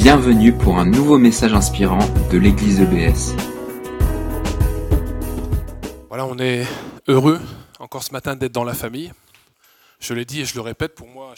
Bienvenue pour un nouveau message inspirant de l'église EBS. Voilà, on est heureux encore ce matin d'être dans la famille. Je l'ai dit et je le répète, pour moi,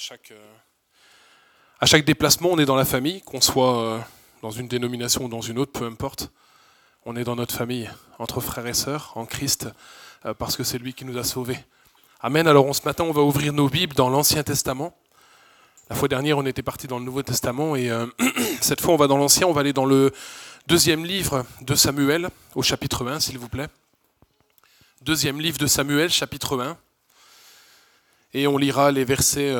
à chaque déplacement, on est dans la famille, qu'on soit dans une dénomination ou dans une autre, peu importe. On est dans notre famille, entre frères et sœurs, en Christ, parce que c'est lui qui nous a sauvés. Amen. Alors ce matin, on va ouvrir nos Bibles dans l'Ancien Testament. La fois dernière, on était parti dans le Nouveau Testament et cette fois, on va dans l'Ancien. On va aller dans le deuxième livre de Samuel, au chapitre 1, s'il vous plaît. Deuxième livre de Samuel, chapitre 1. Et on lira les versets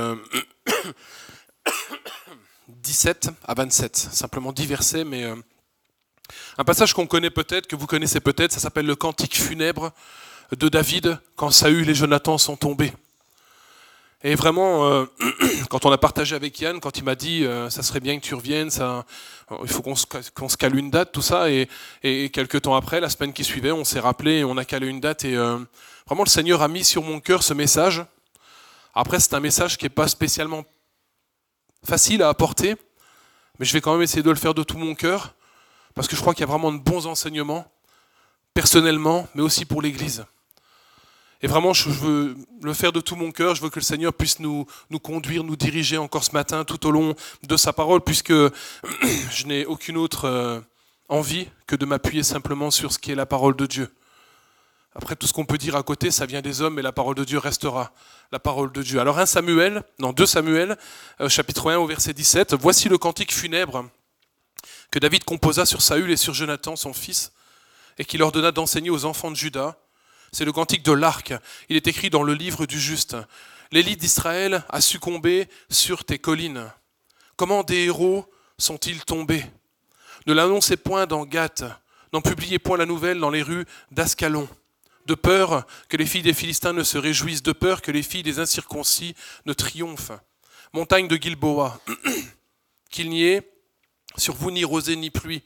17 à 27. Simplement 10 versets, mais un passage qu'on connaît peut-être, que vous connaissez peut-être, ça s'appelle le Cantique funèbre de David, quand Saül et Jonathan sont tombés. Et vraiment, quand on a partagé avec Yann, quand il m'a dit ça serait bien que tu reviennes, il faut qu'on se cale une date, tout ça, et quelques temps après, la semaine qui suivait, on s'est rappelé et on a calé une date, et vraiment le Seigneur a mis sur mon cœur ce message. Après, c'est un message qui n'est pas spécialement facile à apporter, mais je vais quand même essayer de le faire de tout mon cœur, parce que je crois qu'il y a vraiment de bons enseignements, personnellement, mais aussi pour l'Église. Et vraiment, je veux le faire de tout mon cœur. Je veux que le Seigneur puisse nous conduire, nous diriger encore ce matin tout au long de sa parole, puisque je n'ai aucune autre envie que de m'appuyer simplement sur ce qui est la parole de Dieu. Après, tout ce qu'on peut dire à côté, ça vient des hommes, mais la parole de Dieu restera la parole de Dieu. Alors 2 Samuel, chapitre 1 au verset 17. Voici le cantique funèbre que David composa sur Saül et sur Jonathan, son fils, et qu'il ordonna d'enseigner aux enfants de Juda. C'est le cantique de l'arc. Il est écrit dans le livre du juste. L'élite d'Israël a succombé sur tes collines. Comment des héros sont-ils tombés? Ne l'annoncez point dans Gath, n'en publiez point la nouvelle dans les rues d'Ascalon. De peur que les filles des Philistins ne se réjouissent, de peur que les filles des incirconcis ne triomphent. Montagne de Gilboa, qu'il n'y ait sur vous ni rosée ni pluie,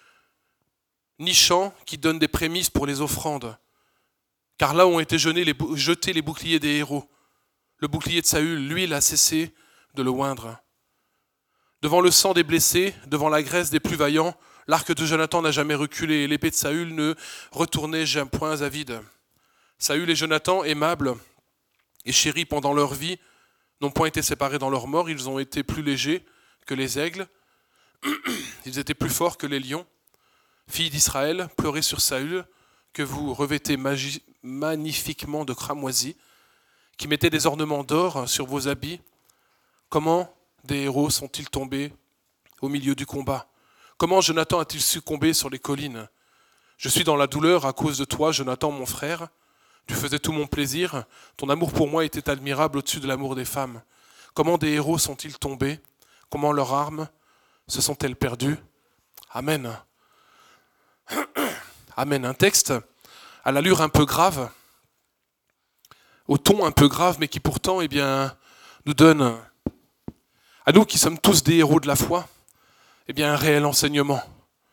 ni champ qui donne des prémices pour les offrandes. Car là ont été jetés les boucliers des héros. Le bouclier de Saül, l'huile a cessé de le oindre. Devant le sang des blessés, devant la graisse des plus vaillants, l'arc de Jonathan n'a jamais reculé et l'épée de Saül ne retournait jamais point à vide. Saül et Jonathan, aimables et chéris pendant leur vie, n'ont point été séparés dans leur mort. Ils ont été plus légers que les aigles. Ils étaient plus forts que les lions. Filles d'Israël, pleurez sur Saül, que vous revêtez magnifiquement de cramoisi, qui mettez des ornements d'or sur vos habits. Comment des héros sont-ils tombés au milieu du combat? Comment Jonathan a-t-il succombé sur les collines? Je suis dans la douleur à cause de toi, Jonathan, mon frère. Tu faisais tout mon plaisir. Ton amour pour moi était admirable au-dessus de l'amour des femmes. Comment des héros sont-ils tombés? Comment leurs armes se sont-elles perdues? Amen. Amen. Un texte à l'allure un peu grave, au ton un peu grave, mais qui pourtant nous donne, à nous qui sommes tous des héros de la foi, un réel enseignement.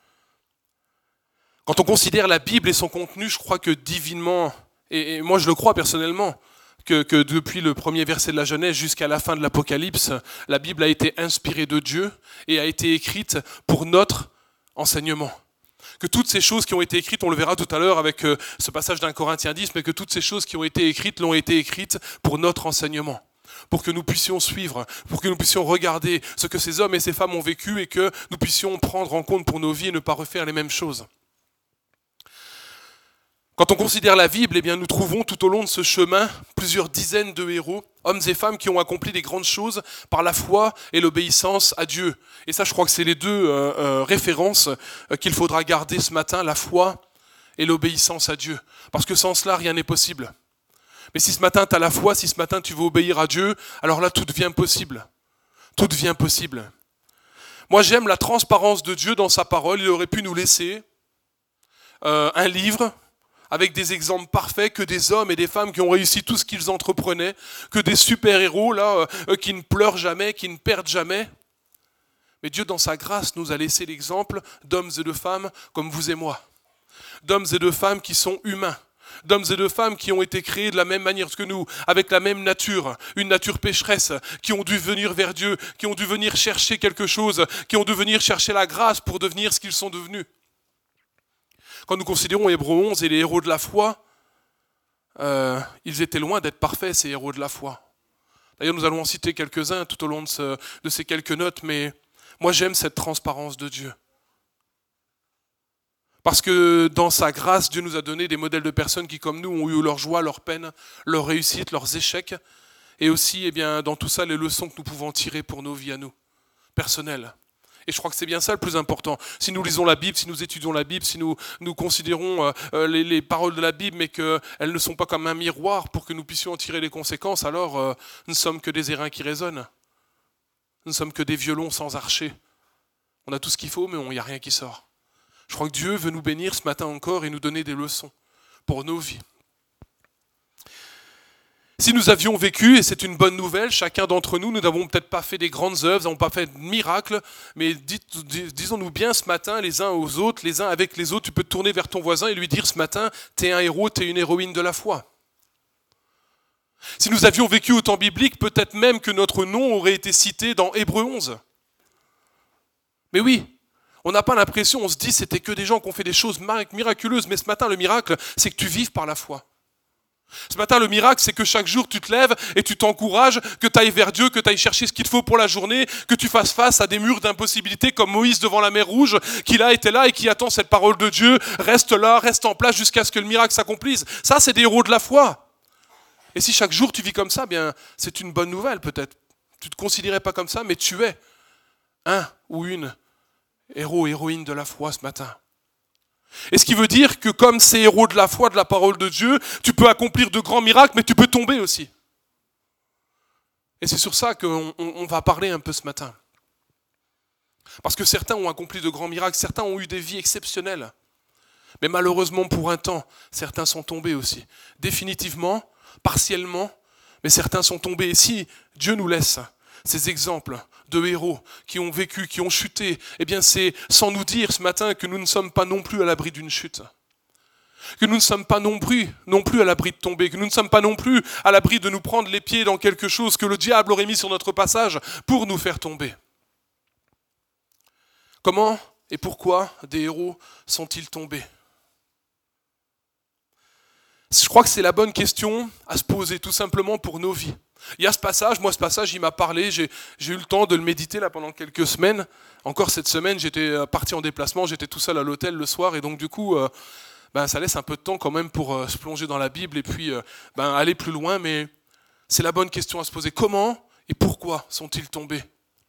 Quand on considère la Bible et son contenu, je crois que divinement, et moi je le crois personnellement, que depuis le premier verset de la Genèse jusqu'à la fin de l'Apocalypse, la Bible a été inspirée de Dieu et a été écrite pour notre enseignement. Que toutes ces choses qui ont été écrites, on le verra tout à l'heure avec ce passage d'un Corinthiens 10, mais que toutes ces choses qui ont été écrites l'ont été écrites pour notre enseignement, pour que nous puissions suivre, pour que nous puissions regarder ce que ces hommes et ces femmes ont vécu et que nous puissions prendre en compte pour nos vies et ne pas refaire les mêmes choses. Quand on considère la Bible, nous trouvons tout au long de ce chemin plusieurs dizaines de héros, hommes et femmes qui ont accompli des grandes choses par la foi et l'obéissance à Dieu. Et ça, je crois que c'est les deux références qu'il faudra garder ce matin, la foi et l'obéissance à Dieu. Parce que sans cela, rien n'est possible. Mais si ce matin tu as la foi, si ce matin tu veux obéir à Dieu, alors là, tout devient possible. Tout devient possible. Moi, j'aime la transparence de Dieu dans sa parole. Il aurait pu nous laisser un livre avec des exemples parfaits, que des hommes et des femmes qui ont réussi tout ce qu'ils entreprenaient, que des super-héros là, qui ne pleurent jamais, qui ne perdent jamais. Mais Dieu, dans sa grâce, nous a laissé l'exemple d'hommes et de femmes comme vous et moi. D'hommes et de femmes qui sont humains, d'hommes et de femmes qui ont été créés de la même manière que nous, avec la même nature, une nature pécheresse, qui ont dû venir vers Dieu, qui ont dû venir chercher quelque chose, qui ont dû venir chercher la grâce pour devenir ce qu'ils sont devenus. Quand nous considérons Hébreux 11 et les héros de la foi, ils étaient loin d'être parfaits, ces héros de la foi. D'ailleurs, nous allons en citer quelques-uns tout au long de ces quelques notes, mais moi j'aime cette transparence de Dieu. Parce que dans sa grâce, Dieu nous a donné des modèles de personnes qui, comme nous, ont eu leur joie, leur peine, leur réussite, leurs échecs, et aussi, eh bien, dans tout ça, les leçons que nous pouvons tirer pour nos vies à nous, personnelles. Et je crois que c'est bien ça le plus important. Si nous lisons la Bible, si nous étudions la Bible, si nous considérons les paroles de la Bible, mais qu'elles ne sont pas comme un miroir pour que nous puissions en tirer les conséquences, alors nous ne sommes que des airains qui résonnent. Nous ne sommes que des violons sans archet. On a tout ce qu'il faut, mais il n'y a rien qui sort. Je crois que Dieu veut nous bénir ce matin encore et nous donner des leçons pour nos vies. Si nous avions vécu, et c'est une bonne nouvelle, chacun d'entre nous, nous n'avons peut-être pas fait des grandes œuvres, nous n'avons pas fait de miracles, mais disons-nous bien ce matin, les uns aux autres, les uns avec les autres, tu peux te tourner vers ton voisin et lui dire ce matin, t'es un héros, t'es une héroïne de la foi. Si nous avions vécu au temps biblique, peut-être même que notre nom aurait été cité dans Hébreux 11. Mais oui, on n'a pas l'impression, on se dit c'était que des gens qui ont fait des choses miraculeuses, mais ce matin le miracle, c'est que tu vives par la foi. Ce matin, le miracle, c'est que chaque jour, tu te lèves et tu t'encourages, que tu ailles vers Dieu, que tu ailles chercher ce qu'il te faut pour la journée, que tu fasses face à des murs d'impossibilité comme Moïse devant la mer Rouge, qui là était là et qui attend cette parole de Dieu, reste là, reste en place jusqu'à ce que le miracle s'accomplisse. Ça, c'est des héros de la foi. Et si chaque jour tu vis comme ça, bien, c'est une bonne nouvelle peut-être. Tu ne te considérais pas comme ça, mais tu es un ou une héros, héroïne de la foi ce matin. Et ce qui veut dire que comme ces héros de la foi, de la parole de Dieu, tu peux accomplir de grands miracles, mais tu peux tomber aussi. Et c'est sur ça qu'on va parler un peu ce matin. Parce que certains ont accompli de grands miracles, certains ont eu des vies exceptionnelles. Mais malheureusement pour un temps, certains sont tombés aussi. Définitivement, partiellement, mais certains sont tombés. Et si Dieu nous laisse ces exemples de héros qui ont vécu, qui ont chuté, eh bien c'est sans nous dire ce matin que nous ne sommes pas non plus à l'abri d'une chute. Que nous ne sommes pas non plus à l'abri de tomber, que nous ne sommes pas non plus à l'abri de nous prendre les pieds dans quelque chose que le diable aurait mis sur notre passage pour nous faire tomber. Comment et pourquoi des héros sont-ils tombés ? Je crois que c'est la bonne question à se poser tout simplement pour nos vies. Il y a ce passage, il m'a parlé, j'ai eu le temps de le méditer là pendant quelques semaines. Encore cette semaine, j'étais parti en déplacement, j'étais tout seul à l'hôtel le soir et donc du coup, ça laisse un peu de temps quand même pour se plonger dans la Bible et puis aller plus loin, mais c'est la bonne question à se poser. Comment et pourquoi sont-ils tombés ?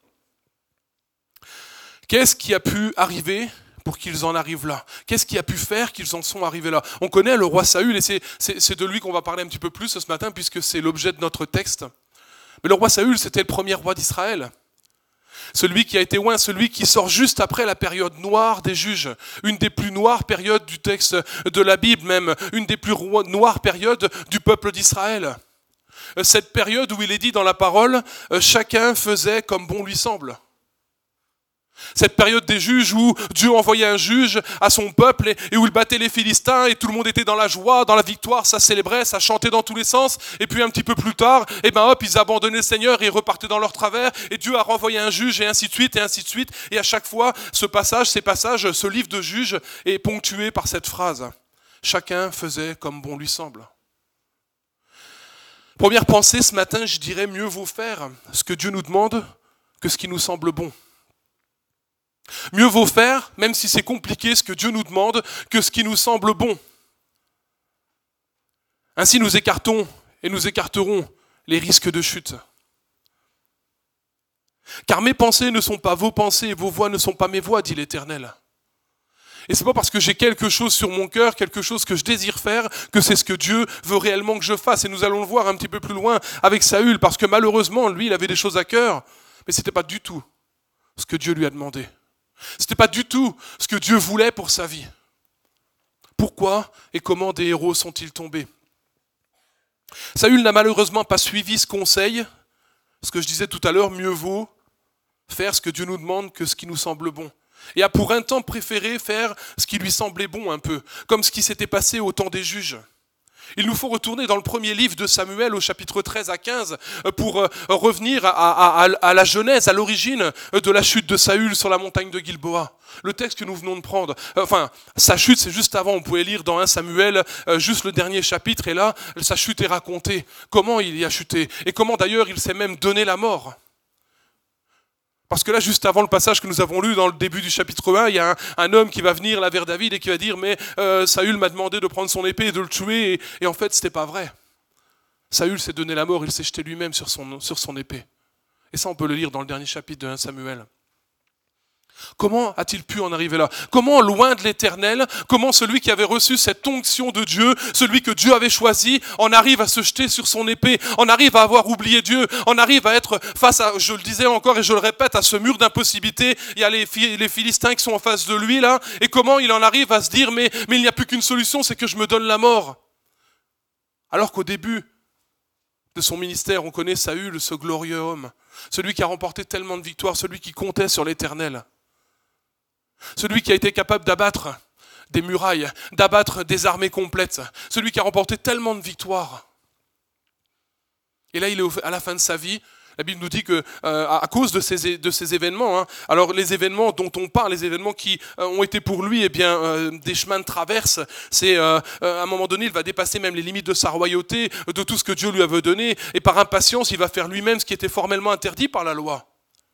Qu'est-ce qui a pu arriver pour qu'ils en arrivent là? Qu'est-ce qui a pu faire qu'ils en sont arrivés là? On connaît le roi Saül et c'est de lui qu'on va parler un petit peu plus ce matin puisque c'est l'objet de notre texte. Mais le roi Saül, c'était le premier roi d'Israël. Celui qui a été oint, celui qui sort juste après la période noire des juges. Une des plus noires périodes du texte de la Bible même. Une des plus noires périodes du peuple d'Israël. Cette période où il est dit dans la parole, chacun faisait comme bon lui semble. Cette période des juges où Dieu envoyait un juge à son peuple et où il battait les Philistins et tout le monde était dans la joie, dans la victoire, ça célébrait, ça chantait dans tous les sens. Et puis un petit peu plus tard, ils abandonnaient le Seigneur et ils repartaient dans leur travers. Et Dieu a renvoyé un juge et ainsi de suite et ainsi de suite. Et à chaque fois, ce livre de juges est ponctué par cette phrase. Chacun faisait comme bon lui semble. Première pensée ce matin, je dirais mieux vaut faire ce que Dieu nous demande que ce qui nous semble bon. Mieux vaut faire, même si c'est compliqué, ce que Dieu nous demande, que ce qui nous semble bon. Ainsi nous écartons et nous écarterons les risques de chute. Car mes pensées ne sont pas vos pensées et vos voix ne sont pas mes voix, dit l'Éternel. Et c'est pas parce que j'ai quelque chose sur mon cœur, quelque chose que je désire faire, que c'est ce que Dieu veut réellement que je fasse. Et nous allons le voir un petit peu plus loin avec Saül, parce que malheureusement, lui, il avait des choses à cœur, mais c'était pas du tout ce que Dieu lui a demandé. C'était pas du tout ce que Dieu voulait pour sa vie. Pourquoi et comment des héros sont-ils tombés ? Saül n'a malheureusement pas suivi ce conseil. Ce que je disais tout à l'heure, mieux vaut faire ce que Dieu nous demande que ce qui nous semble bon. Et a pour un temps préféré faire ce qui lui semblait bon un peu, comme ce qui s'était passé au temps des juges. Il nous faut retourner dans le premier livre de Samuel au chapitre 13 à 15 pour revenir à la genèse, à l'origine de la chute de Saül sur la montagne de Gilboa. Le texte que nous venons de prendre, sa chute c'est juste avant, on pouvait lire dans 1 Samuel juste le dernier chapitre et là sa chute est racontée, comment il y a chuté et comment d'ailleurs il s'est même donné la mort. Parce que là, juste avant le passage que nous avons lu dans le début du chapitre 1, il y a un homme qui va venir là vers David et qui va dire « Mais Saül m'a demandé de prendre son épée et de le tuer. » Et en fait, ce n'était pas vrai. Saül s'est donné la mort, il s'est jeté lui-même sur son épée. Et ça, on peut le lire dans le dernier chapitre de 1 Samuel. Comment a-t-il pu en arriver là? Comment, loin de l'Éternel, comment celui qui avait reçu cette onction de Dieu, celui que Dieu avait choisi, en arrive à se jeter sur son épée, en arrive à avoir oublié Dieu, en arrive à être face à, je le disais encore et je le répète, à ce mur d'impossibilité. Il y a les Philistins qui sont en face de lui là, et comment il en arrive à se dire mais il n'y a plus qu'une solution, c'est que je me donne la mort. Alors qu'au début de son ministère, on connaît Saül, ce glorieux homme, celui qui a remporté tellement de victoires, celui qui comptait sur l'Éternel. Celui qui a été capable d'abattre des murailles, d'abattre des armées complètes. Celui qui a remporté tellement de victoires. Et là, il est à la fin de sa vie. La Bible nous dit que à cause de ces événements, alors les événements dont on parle, les événements qui ont été pour lui des chemins de traverse, c'est à un moment donné, il va dépasser même les limites de sa royauté, de tout ce que Dieu lui avait donné, et par impatience, il va faire lui-même ce qui était formellement interdit par la loi.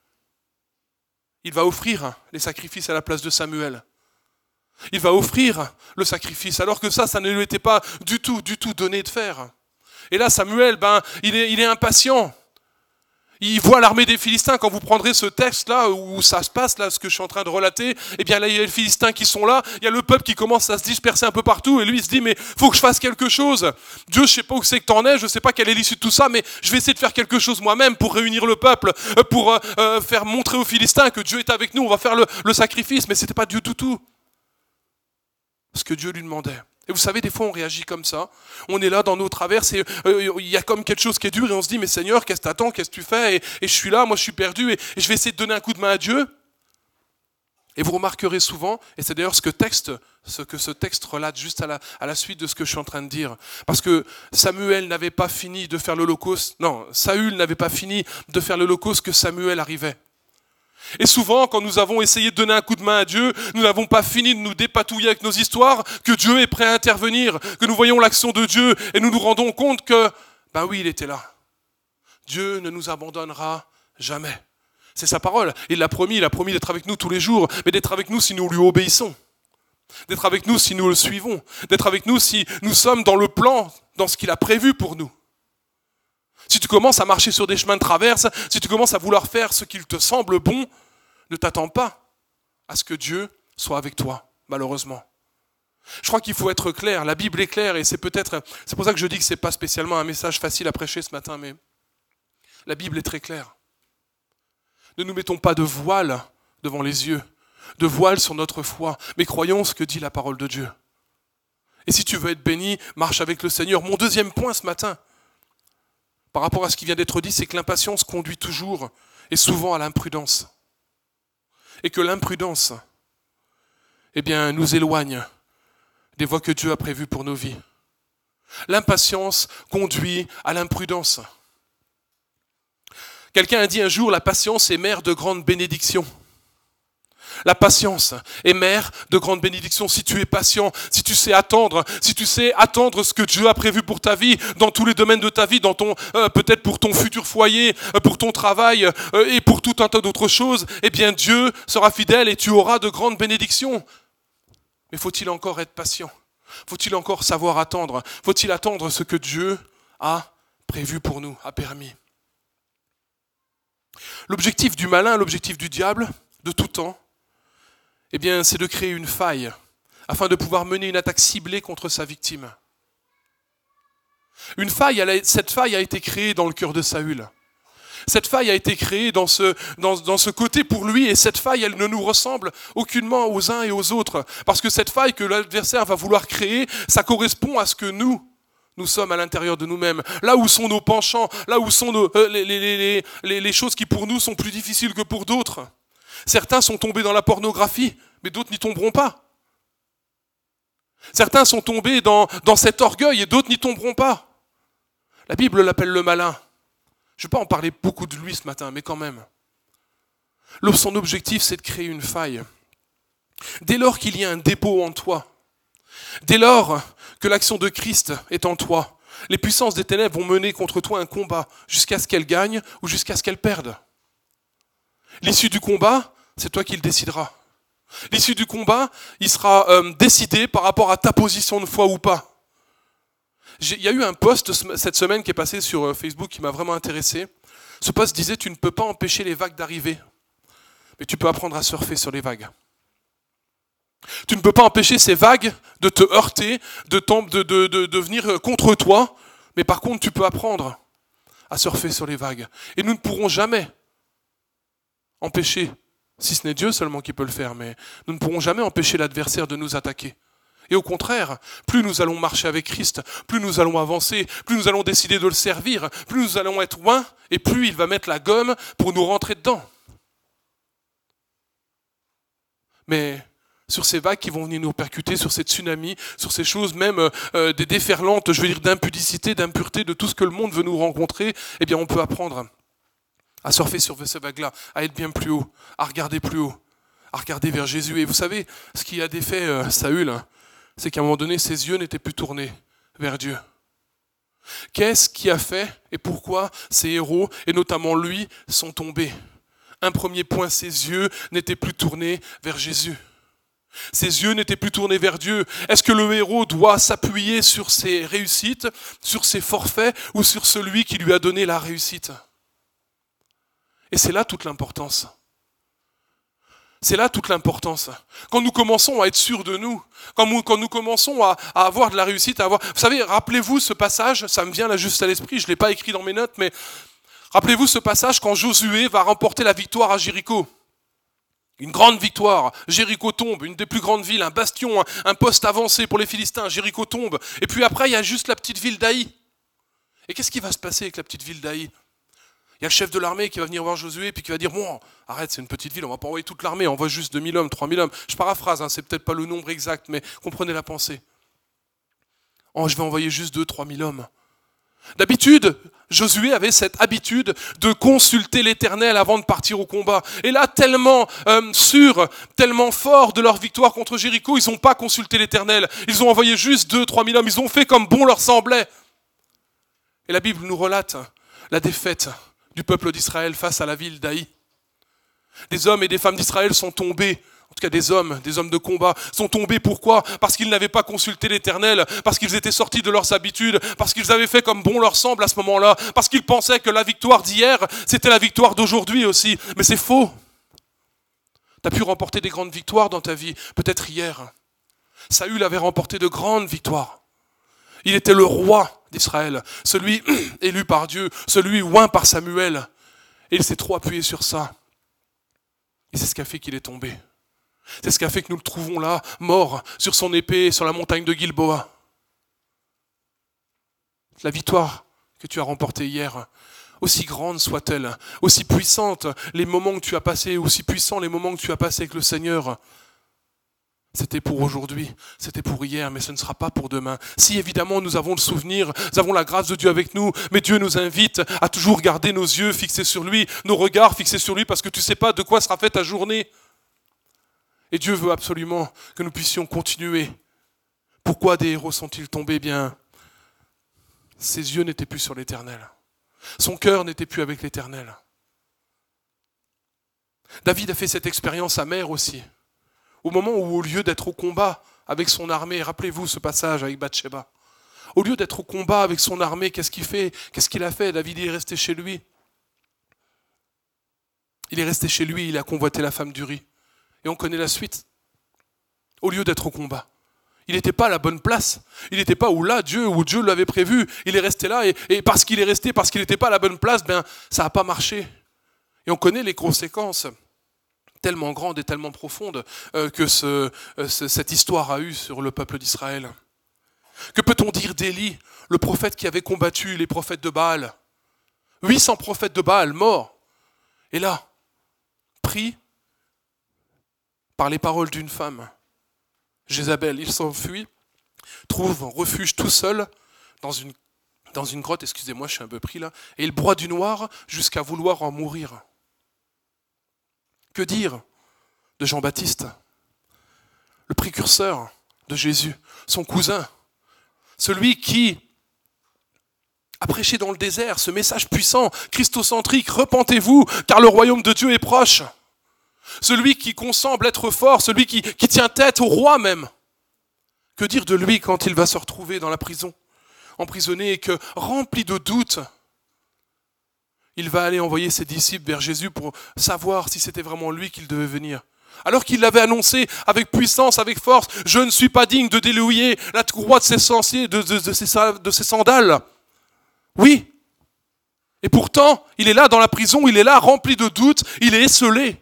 Il va offrir les sacrifices à la place de Samuel. Il va offrir le sacrifice, alors que ça ne lui était pas du tout donné de faire. Et là, Samuel, il est impatient. Il voit l'armée des Philistins. Quand vous prendrez ce texte-là, où ça se passe, là, ce que je suis en train de relater, eh bien là, il y a les Philistins qui sont là, il y a le peuple qui commence à se disperser un peu partout, et lui, il se dit, mais faut que je fasse quelque chose. Dieu, je sais pas où c'est que t'en es, je sais pas quelle est l'issue de tout ça, mais je vais essayer de faire quelque chose moi-même pour réunir le peuple, pour faire montrer aux Philistins que Dieu est avec nous, on va faire le sacrifice, mais c'était pas du tout ce que Dieu lui demandait. Et vous savez, des fois, on réagit comme ça. On est là dans nos traverses et il y a comme quelque chose qui est dur et on se dit, mais Seigneur, qu'est-ce que t'attends, qu'est-ce que tu fais et je suis là, moi je suis perdu et je vais essayer de donner un coup de main à Dieu. Et vous remarquerez souvent, et c'est d'ailleurs ce que ce texte relate juste à la suite de ce que je suis en train de dire. Parce que Samuel n'avait pas fini de faire l'holocauste. Non, Saül n'avait pas fini de faire l'holocauste que Samuel arrivait. Et souvent, quand nous avons essayé de donner un coup de main à Dieu, nous n'avons pas fini de nous dépatouiller avec nos histoires, que Dieu est prêt à intervenir, que nous voyons l'action de Dieu et nous nous rendons compte que, oui, il était là. Dieu ne nous abandonnera jamais. C'est sa parole. Il l'a promis d'être avec nous tous les jours, mais d'être avec nous si nous lui obéissons. D'être avec nous si nous le suivons. D'être avec nous si nous sommes dans le plan, dans ce qu'il a prévu pour nous. Si tu commences à marcher sur des chemins de traverse, si tu commences à vouloir faire ce qu'il te semble bon, ne t'attends pas à ce que Dieu soit avec toi, malheureusement. Je crois qu'il faut être clair, la Bible est claire et c'est pour ça que je dis que ce n'est pas spécialement un message facile à prêcher ce matin, mais la Bible est très claire. Ne nous mettons pas de voile devant les yeux, de voile sur notre foi, mais croyons ce que dit la parole de Dieu. Et si tu veux être béni, marche avec le Seigneur. Mon deuxième point ce matin, par rapport à ce qui vient d'être dit, c'est que l'impatience conduit toujours et souvent à l'imprudence. Et que l'imprudence, nous éloigne des voies que Dieu a prévues pour nos vies. L'impatience conduit à l'imprudence. Quelqu'un a dit un jour, la patience est mère de grandes bénédictions. La patience est mère de grandes bénédictions. Si tu es patient, si tu sais attendre ce que Dieu a prévu pour ta vie, dans tous les domaines de ta vie, peut-être pour ton futur foyer, pour ton travail et pour tout un tas d'autres choses, Dieu sera fidèle et tu auras de grandes bénédictions. Mais faut-il encore être patient? Faut-il encore savoir attendre? Faut-il attendre ce que Dieu a prévu pour nous, a permis? L'objectif du malin, l'objectif du diable, de tout temps, c'est de créer une faille afin de pouvoir mener une attaque ciblée contre sa victime. Cette faille a été créée dans le cœur de Saül. Cette faille a été créée dans ce côté pour lui et cette faille, elle ne nous ressemble aucunement aux uns et aux autres. Parce que cette faille que l'adversaire va vouloir créer, ça correspond à ce que nous sommes à l'intérieur de nous-mêmes. Là où sont nos penchants, là où sont les choses qui pour nous sont plus difficiles que pour d'autres. Certains sont tombés dans la pornographie, mais d'autres n'y tomberont pas. Certains sont tombés dans cet orgueil et d'autres n'y tomberont pas. La Bible l'appelle le malin. Je ne vais pas en parler beaucoup de lui ce matin, mais quand même. Son objectif, c'est de créer une faille. Dès lors qu'il y a un dépôt en toi, dès lors que l'action de Christ est en toi, les puissances des ténèbres vont mener contre toi un combat jusqu'à ce qu'elles gagnent ou jusqu'à ce qu'elles perdent. L'issue du combat, c'est toi qui le décideras. L'issue du combat, il sera décidé par rapport à ta position de foi ou pas. Il y a eu un post cette semaine qui est passé sur Facebook qui m'a vraiment intéressé. Ce post disait « Tu ne peux pas empêcher les vagues d'arriver, mais tu peux apprendre à surfer sur les vagues. » Tu ne peux pas empêcher ces vagues de te heurter, de venir contre toi, mais par contre tu peux apprendre à surfer sur les vagues. Et nous ne pourrons jamais empêcher, si ce n'est Dieu seulement qui peut le faire, mais nous ne pourrons jamais empêcher l'adversaire de nous attaquer. Et au contraire, plus nous allons marcher avec Christ, plus nous allons avancer, plus nous allons décider de le servir, plus nous allons être loin, et plus il va mettre la gomme pour nous rentrer dedans. Mais sur ces vagues qui vont venir nous percuter, sur ces tsunamis, sur ces choses même des déferlantes, je veux dire d'impudicité, d'impureté, de tout ce que le monde veut nous rencontrer, eh bien on peut apprendre à surfer sur ces vagues-là, à être bien plus haut, à regarder plus haut, à regarder vers Jésus. Et vous savez, ce qui a défait Saül, c'est qu'à un moment donné, ses yeux n'étaient plus tournés vers Dieu. Qu'est-ce qui a fait et pourquoi ces héros, et notamment lui, sont tombés ? Un premier point, ses yeux n'étaient plus tournés vers Jésus. Ses yeux n'étaient plus tournés vers Dieu. Est-ce que le héros doit s'appuyer sur ses réussites, sur ses forfaits, ou sur celui qui lui a donné la réussite ? Et c'est là toute l'importance. C'est là toute l'importance. Quand nous commençons à être sûrs de nous, quand nous commençons à avoir de la réussite, vous savez, rappelez-vous ce passage, ça me vient là juste à l'esprit, je ne l'ai pas écrit dans mes notes, mais rappelez-vous ce passage quand Josué va remporter la victoire à Jéricho. Une grande victoire, Jéricho tombe, une des plus grandes villes, un bastion, un poste avancé pour les Philistins, Jéricho tombe. Et puis après, il y a juste la petite ville d'Aï. Et qu'est-ce qui va se passer avec la petite ville d'Aï ? Il y a le chef de l'armée qui va venir voir Josué, puis qui va dire « Bon, arrête, c'est une petite ville, on ne va pas envoyer toute l'armée, on envoie juste 2000 hommes, 3000 hommes. » Je paraphrase, c'est peut-être pas le nombre exact, mais comprenez la pensée. « Oh, je vais envoyer juste 2-3 000 hommes. » D'habitude, Josué avait cette habitude de consulter l'Éternel avant de partir au combat. Et là, tellement sûrs, tellement forts de leur victoire contre Jéricho, ils n'ont pas consulté l'Éternel. Ils ont envoyé juste 2-3 000 hommes, ils ont fait comme bon leur semblait. Et la Bible nous relate la défaite du peuple d'Israël face à la ville d'Aï. Des hommes et des femmes d'Israël sont tombés, en tout cas des hommes de combat, sont tombés pourquoi ? Parce qu'ils n'avaient pas consulté l'Éternel, parce qu'ils étaient sortis de leurs habitudes, parce qu'ils avaient fait comme bon leur semble à ce moment-là, parce qu'ils pensaient que la victoire d'hier, c'était la victoire d'aujourd'hui aussi. Mais c'est faux. Tu as pu remporter des grandes victoires dans ta vie, peut-être hier. Saül avait remporté de grandes victoires. Il était le roi d'Israël, celui élu par Dieu, celui oint par Samuel. Et il s'est trop appuyé sur ça. Et c'est ce qui a fait qu'il est tombé. C'est ce qui a fait que nous le trouvons là, mort, sur son épée, sur la montagne de Gilboa. La victoire que tu as remportée hier, aussi grande soit-elle, aussi puissante les moments que tu as passés, aussi puissants les moments que tu as passés avec le Seigneur, c'était pour aujourd'hui, c'était pour hier, mais ce ne sera pas pour demain. Si évidemment nous avons le souvenir, nous avons la grâce de Dieu avec nous, mais Dieu nous invite à toujours garder nos yeux fixés sur lui, nos regards fixés sur lui, parce que tu ne sais pas de quoi sera faite ta journée. Et Dieu veut absolument que nous puissions continuer. Pourquoi des héros sont-ils tombés ? Bien, ses yeux n'étaient plus sur l'Éternel. Son cœur n'était plus avec l'Éternel. David a fait cette expérience amère aussi. Au moment où, au lieu d'être au combat avec son armée, rappelez-vous ce passage avec Bathsheba, au lieu d'être au combat avec son armée, qu'est-ce qu'il fait ? Qu'est-ce qu'il a fait ? David est resté chez lui. Il est resté chez lui, il a convoité la femme d'Uri. Et on connaît la suite. Au lieu d'être au combat, il n'était pas à la bonne place. Il n'était pas où Dieu l'avait prévu. Il est resté là et parce qu'il est resté, parce qu'il n'était pas à la bonne place, ça n'a pas marché. Et on connaît les conséquences tellement grandes et tellement profondes que cette histoire a eu sur le peuple d'Israël. Que peut-on dire d'Élie, le prophète qui avait combattu les prophètes de Baal ? 800 prophètes de Baal morts. Et là, pris par les paroles d'une femme, Jézabel, il s'enfuit trouve un refuge tout seul dans une grotte, excusez-moi, je suis un peu pris là, et il broie du noir jusqu'à vouloir en mourir. Que dire de Jean-Baptiste, le précurseur de Jésus, son cousin, celui qui a prêché dans le désert ce message puissant, christocentrique, repentez-vous, car le royaume de Dieu est proche. Celui qui semble être fort, celui qui tient tête au roi même. Que dire de lui quand il va se retrouver dans la prison, emprisonné et que, rempli de doutes, il va aller envoyer ses disciples vers Jésus pour savoir si c'était vraiment lui qu'il devait venir. Alors qu'il l'avait annoncé avec puissance, avec force, « Je ne suis pas digne de délouer la courroie de ses sandales. » Oui. Et pourtant, il est là dans la prison, il est là rempli de doutes, il est esseulé.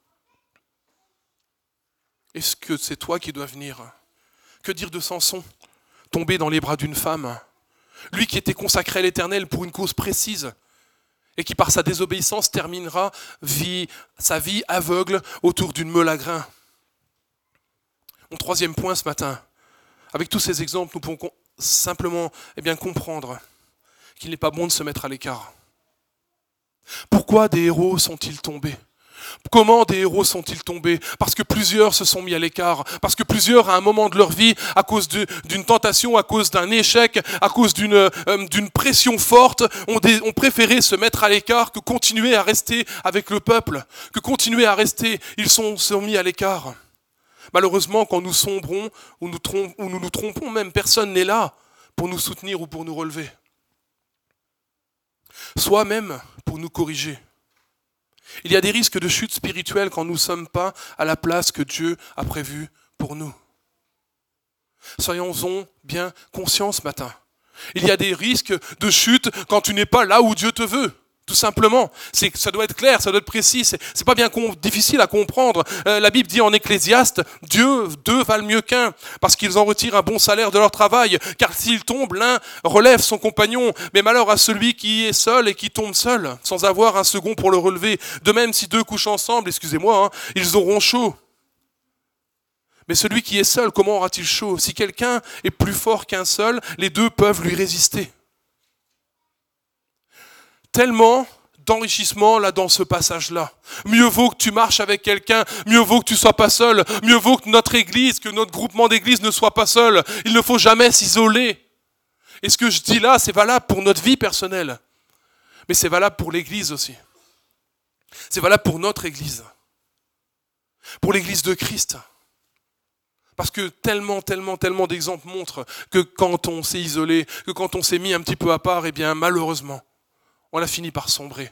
Est-ce que c'est toi qui dois venir ? Que dire de Samson, tombé dans les bras d'une femme ? Lui qui était consacré à l'Éternel pour une cause précise et qui par sa désobéissance terminera sa vie aveugle autour d'une meule à grains. Mon troisième point ce matin, avec tous ces exemples, nous pouvons simplement comprendre qu'il n'est pas bon de se mettre à l'écart. Pourquoi des héros sont-ils tombés ? Comment des héros sont-ils tombés ? Parce que plusieurs se sont mis à l'écart, parce que plusieurs, à un moment de leur vie, à cause d'une tentation, à cause d'un échec, à cause d'une pression forte, ont préféré se mettre à l'écart que continuer à rester avec le peuple, que continuer à rester, ils sont mis à l'écart. Malheureusement, quand nous sombrons ou nous nous trompons, même personne n'est là pour nous soutenir ou pour nous relever. Soit même pour nous corriger. Il y a des risques de chute spirituelle quand nous ne sommes pas à la place que Dieu a prévue pour nous. Soyons-en bien conscients ce matin. Il y a des risques de chute quand tu n'es pas là où Dieu te veut. Tout simplement. Ça doit être clair, ça doit être précis. C'est pas bien difficile à comprendre. La Bible dit en Ecclésiaste, deux valent mieux qu'un, parce qu'ils en retirent un bon salaire de leur travail. Car s'ils tombent, l'un relève son compagnon. Mais malheur à celui qui est seul et qui tombe seul, sans avoir un second pour le relever. De même, si deux couchent ensemble, ils auront chaud. Mais celui qui est seul, comment aura-t-il chaud ? Si quelqu'un est plus fort qu'un seul, les deux peuvent lui résister. Tellement d'enrichissement là dans ce passage-là. Mieux vaut que tu marches avec quelqu'un, mieux vaut que tu sois pas seul, mieux vaut que notre église, que notre groupement d'église ne soit pas seul. Il ne faut jamais s'isoler. Et ce que je dis là, c'est valable pour notre vie personnelle. Mais c'est valable pour l'église aussi. C'est valable pour notre église. Pour l'église de Christ. Parce que tellement d'exemples montrent que quand on s'est isolé, que quand on s'est mis un petit peu à part, malheureusement, on a fini par sombrer.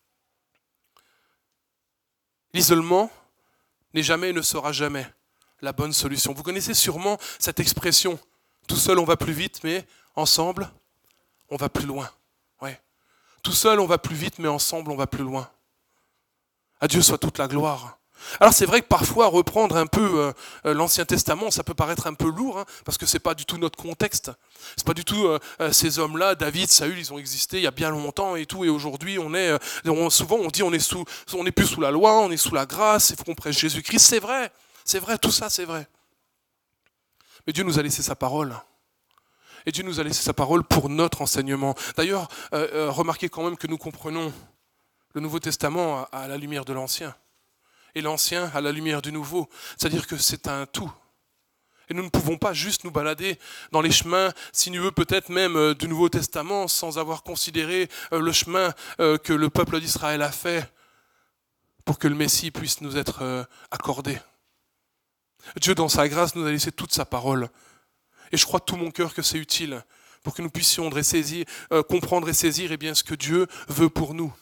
L'isolement n'est jamais et ne sera jamais la bonne solution. Vous connaissez sûrement cette expression, tout seul on va plus vite, mais ensemble on va plus loin. Ouais. Tout seul on va plus vite, mais ensemble on va plus loin. À Dieu soit toute la gloire. Alors c'est vrai que parfois reprendre un peu l'Ancien Testament, ça peut paraître un peu lourd, parce que c'est pas du tout notre contexte. C'est pas du tout ces hommes-là, David, Saül, ils ont existé il y a bien longtemps et tout. Et aujourd'hui, souvent on dit on est plus sous la loi, on est sous la grâce. Il faut qu'on prêche Jésus-Christ. C'est vrai, tout ça, c'est vrai. Mais Dieu nous a laissé sa parole. Et Dieu nous a laissé sa parole pour notre enseignement. D'ailleurs, remarquez quand même que nous comprenons le Nouveau Testament à la lumière de l'Ancien. Et l'Ancien à la lumière du Nouveau. C'est-à-dire que c'est un tout. Et nous ne pouvons pas juste nous balader dans les chemins sinueux peut-être même du Nouveau Testament sans avoir considéré le chemin que le peuple d'Israël a fait pour que le Messie puisse nous être accordé. Dieu dans sa grâce nous a laissé toute sa parole. Et je crois de tout mon cœur que c'est utile pour que nous puissions comprendre et saisir ce que Dieu veut pour nous.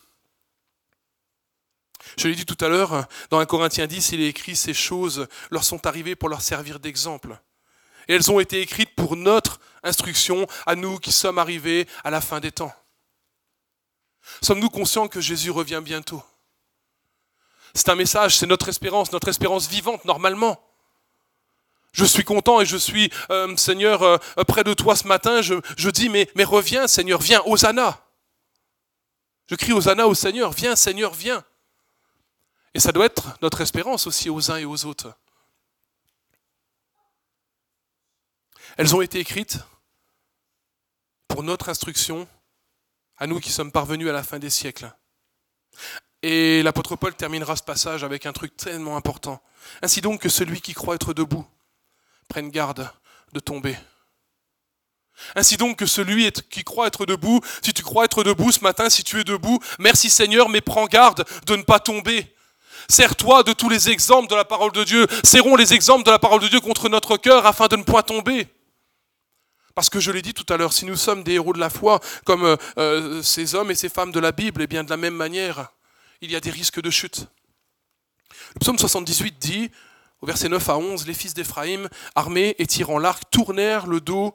Je l'ai dit tout à l'heure, dans 1 Corinthiens 10, il est écrit « Ces choses leur sont arrivées pour leur servir d'exemple. » Et elles ont été écrites pour notre instruction, à nous qui sommes arrivés à la fin des temps. Sommes-nous conscients que Jésus revient bientôt ? C'est un message, c'est notre espérance vivante normalement. Je suis content et je suis, Seigneur, près de toi ce matin, je dis « Mais reviens Seigneur, viens, Hosanna !» Je crie Hosanna au Seigneur, viens Seigneur, viens. Et ça doit être notre espérance aussi aux uns et aux autres. Elles ont été écrites pour notre instruction, à nous qui sommes parvenus à la fin des siècles. Et l'apôtre Paul terminera ce passage avec un truc tellement important. Ainsi donc que celui qui croit être debout prenne garde de tomber. Ainsi donc que celui qui croit être debout, si tu crois être debout ce matin, si tu es debout, merci Seigneur, mais prends garde de ne pas tomber. Sers-toi de tous les exemples de la parole de Dieu. Serrons les exemples de la parole de Dieu contre notre cœur afin de ne point tomber. Parce que je l'ai dit tout à l'heure, si nous sommes des héros de la foi, comme ces hommes et ces femmes de la Bible, eh bien de la même manière, il y a des risques de chute. Le psaume 78 dit, au verset 9 à 11, « Les fils d'Éphraïm, armés et tirant l'arc, tournèrent le dos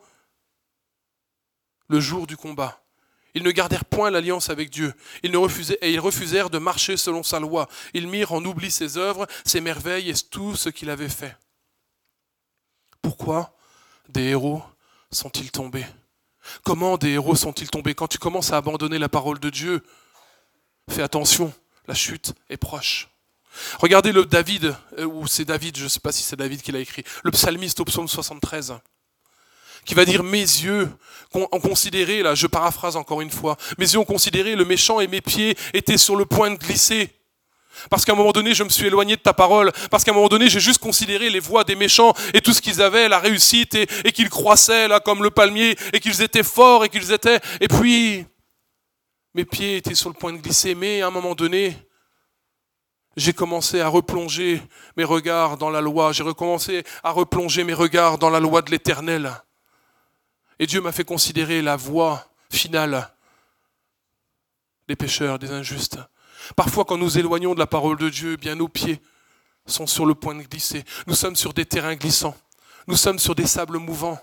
le jour du combat. Ils ne gardèrent point l'alliance avec Dieu. Ils refusèrent de marcher selon sa loi. Ils mirent en oubli ses œuvres, ses merveilles et tout ce qu'il avait fait. » Pourquoi des héros sont-ils tombés ? Comment des héros sont-ils tombés ? Quand tu commences à abandonner la parole de Dieu, fais attention, la chute est proche. Regardez le David, ou c'est David, je ne sais pas si c'est David qui l'a écrit, le psalmiste au psaume 73, qui va dire « Mes yeux ont considéré », là je paraphrase encore une fois, « Mes yeux ont considéré le méchant et mes pieds étaient sur le point de glisser. » Parce qu'à un moment donné, je me suis éloigné de ta parole. Parce qu'à un moment donné, j'ai juste considéré les voies des méchants et tout ce qu'ils avaient, la réussite, et qu'ils croissaient là comme le palmier, et qu'ils étaient forts, et qu'ils étaient... Et puis, mes pieds étaient sur le point de glisser, mais à un moment donné, j'ai commencé à replonger mes regards dans la loi. J'ai recommencé à replonger mes regards dans la loi de l'Éternel. Et Dieu m'a fait considérer la voie finale des pécheurs, des injustes. Parfois, quand nous éloignons de la parole de Dieu, eh bien nos pieds sont sur le point de glisser. Nous sommes sur des terrains glissants. Nous sommes sur des sables mouvants.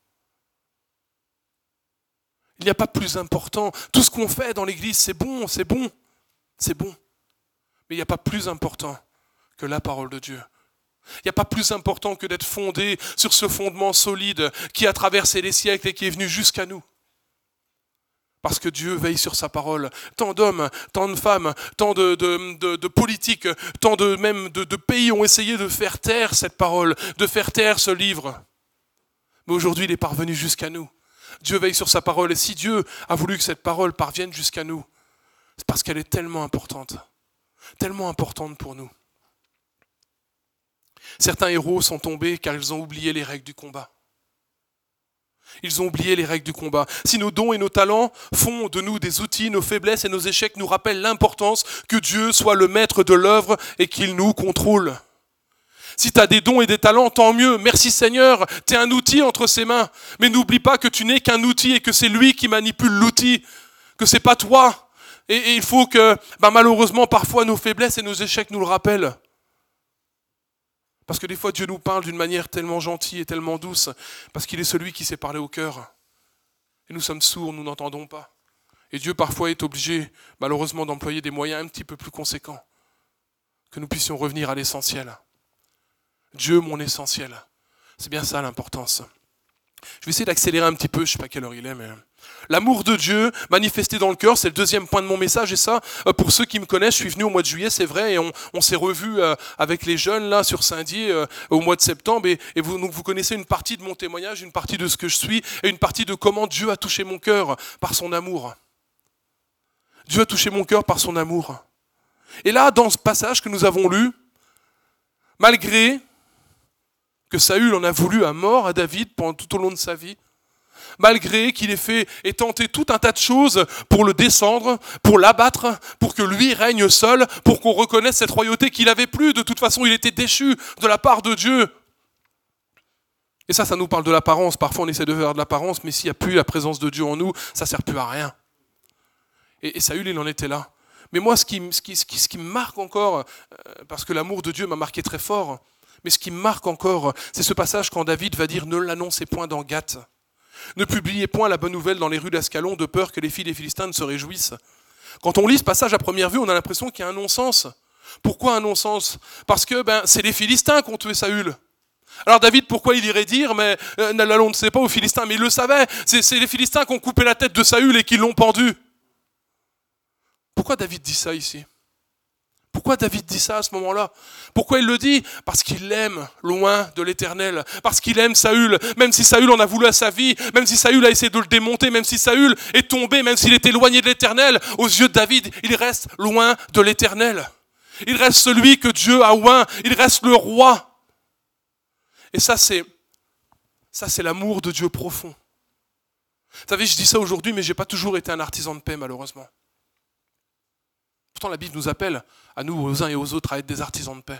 Il n'y a pas plus important. Tout ce qu'on fait dans l'église, c'est bon, c'est bon, c'est bon. Mais il n'y a pas plus important que la parole de Dieu. Il n'y a pas plus important que d'être fondé sur ce fondement solide qui a traversé les siècles et qui est venu jusqu'à nous. Parce que Dieu veille sur sa parole. Tant d'hommes, tant de femmes, tant de politiques, tant de pays ont essayé de faire taire cette parole, de faire taire ce livre. Mais aujourd'hui, il est parvenu jusqu'à nous. Dieu veille sur sa parole. Et si Dieu a voulu que cette parole parvienne jusqu'à nous, c'est parce qu'elle est tellement importante pour nous. Certains héros sont tombés car ils ont oublié les règles du combat. Ils ont oublié les règles du combat. Si nos dons et nos talents font de nous des outils, nos faiblesses et nos échecs nous rappellent l'importance que Dieu soit le maître de l'œuvre et qu'il nous contrôle. Si tu as des dons et des talents, tant mieux. Merci Seigneur, tu es un outil entre ses mains. Mais n'oublie pas que tu n'es qu'un outil et que c'est lui qui manipule l'outil, que c'est pas toi. Et il faut que, malheureusement, parfois nos faiblesses et nos échecs nous le rappellent. Parce que des fois, Dieu nous parle d'une manière tellement gentille et tellement douce, parce qu'il est celui qui sait parler au cœur. Et nous sommes sourds, nous n'entendons pas. Et Dieu, parfois, est obligé, malheureusement, d'employer des moyens un petit peu plus conséquents, que nous puissions revenir à l'essentiel. Dieu, mon essentiel. C'est bien ça l'importance. Je vais essayer d'accélérer un petit peu, je ne sais pas quelle heure il est, mais... L'amour de Dieu manifesté dans le cœur, c'est le deuxième point de mon message. Et ça, pour ceux qui me connaissent, je suis venu au mois de juillet, c'est vrai, et on s'est revus avec les jeunes là sur Saint-Dié au mois de septembre. Et vous connaissez une partie de mon témoignage, une partie de ce que je suis, et une partie de comment Dieu a touché mon cœur par son amour. Dieu a touché mon cœur par son amour. Et là, dans ce passage que nous avons lu, malgré que Saül en a voulu à mort à David pendant tout au long de sa vie, malgré qu'il ait tenté tout un tas de choses pour le descendre, pour l'abattre, pour que lui règne seul, pour qu'on reconnaisse cette royauté qu'il n'avait plus. De toute façon, il était déchu de la part de Dieu. Et ça nous parle de l'apparence. Parfois, on essaie de faire de l'apparence, mais s'il n'y a plus la présence de Dieu en nous, ça ne sert plus à rien. Et Saül, il en était là. Mais moi, ce qui me marque encore, parce que l'amour de Dieu m'a marqué très fort, mais ce qui me marque encore, c'est ce passage quand David va dire « Ne l'annoncez point dans Gath ». Ne publiez point la bonne nouvelle dans les rues d'Ascalon de peur que les filles des Philistins ne se réjouissent. Quand on lit ce passage à première vue, on a l'impression qu'il y a un non-sens. Pourquoi un non-sens ? Parce que c'est les Philistins qui ont tué Saül. Alors David, pourquoi il irait dire, mais on ne sait pas aux Philistins, mais il le savait, c'est les Philistins qui ont coupé la tête de Saül et qui l'ont pendu. Pourquoi David dit ça ici ? Pourquoi David dit ça à ce moment-là? Pourquoi il le dit? Parce qu'il aime loin de l'Éternel. Parce qu'il aime Saül. Même si Saül en a voulu à sa vie, même si Saül a essayé de le démonter, même si Saül est tombé, même s'il est éloigné de l'Éternel, aux yeux de David, il reste loin de l'Éternel. Il reste celui que Dieu a oint. Il reste le roi. Et ça, c'est l'amour de Dieu profond. Vous savez, je dis ça aujourd'hui, mais je n'ai pas toujours été un artisan de paix, malheureusement. Pourtant, la Bible nous appelle, à nous, aux uns et aux autres, à être des artisans de paix.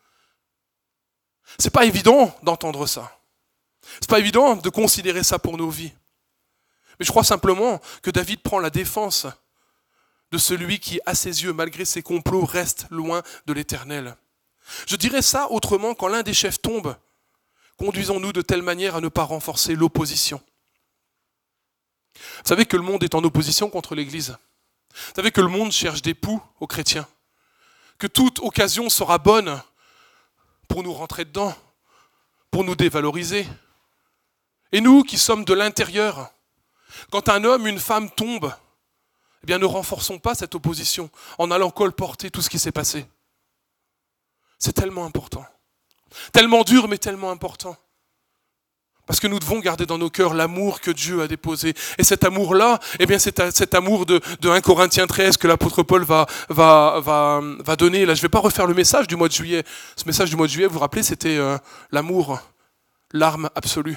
C'est pas évident d'entendre ça. C'est pas évident de considérer ça pour nos vies. Mais je crois simplement que David prend la défense de celui qui, à ses yeux, malgré ses complots, reste loin de l'Éternel. Je dirais ça autrement, quand l'un des chefs tombe, conduisons-nous de telle manière à ne pas renforcer l'opposition. Vous savez que le monde est en opposition contre l'Église. Vous savez que le monde cherche des poux aux chrétiens. Que toute occasion sera bonne pour nous rentrer dedans, pour nous dévaloriser. Et nous qui sommes de l'intérieur, quand un homme, une femme tombe, eh bien ne renforçons pas cette opposition en allant colporter tout ce qui s'est passé. C'est tellement important. Tellement dur, mais tellement important. Parce que nous devons garder dans nos cœurs l'amour que Dieu a déposé. Et cet amour-là, eh bien c'est cet amour de 1 Corinthiens 13 que l'apôtre Paul va donner. Là, je ne vais pas refaire le message du mois de juillet. Ce message du mois de juillet, vous vous rappelez, c'était l'amour, l'arme absolue.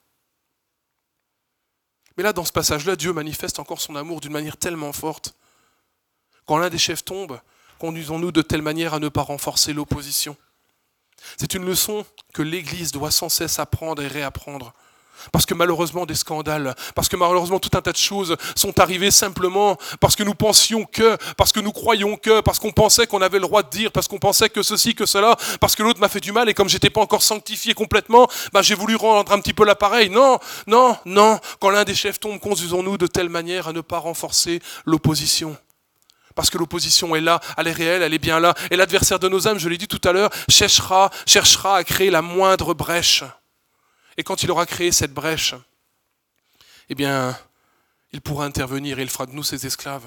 Mais là, dans ce passage-là, Dieu manifeste encore son amour d'une manière tellement forte. Quand l'un des chefs tombe, conduisons-nous de telle manière à ne pas renforcer l'opposition. C'est une leçon que l'Église doit sans cesse apprendre et réapprendre. Parce que malheureusement des scandales, parce que malheureusement tout un tas de choses sont arrivées simplement parce que nous pensions que, parce que nous croyions que, parce qu'on pensait qu'on avait le droit de dire, parce qu'on pensait que ceci, que cela, parce que l'autre m'a fait du mal et comme j'étais pas encore sanctifié complètement, j'ai voulu rendre un petit peu l'appareil. Non, quand l'un des chefs tombe, conduisons-nous de telle manière à ne pas renforcer l'opposition. Parce que l'opposition est là, elle est réelle, elle est bien là. Et l'adversaire de nos âmes, je l'ai dit tout à l'heure, cherchera à créer la moindre brèche. Et quand il aura créé cette brèche, eh bien, il pourra intervenir et il fera de nous ses esclaves.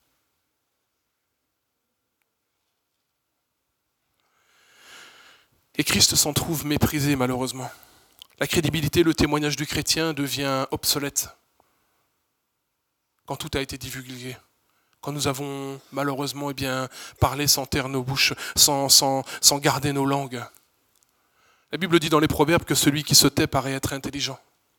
Et Christ s'en trouve méprisé, malheureusement. La crédibilité, le témoignage du chrétien devient obsolète quand tout a été divulgué. Quand nous avons malheureusement parlé sans taire nos bouches, sans garder nos langues. La Bible dit dans les Proverbes que celui qui se tait paraît être intelligent.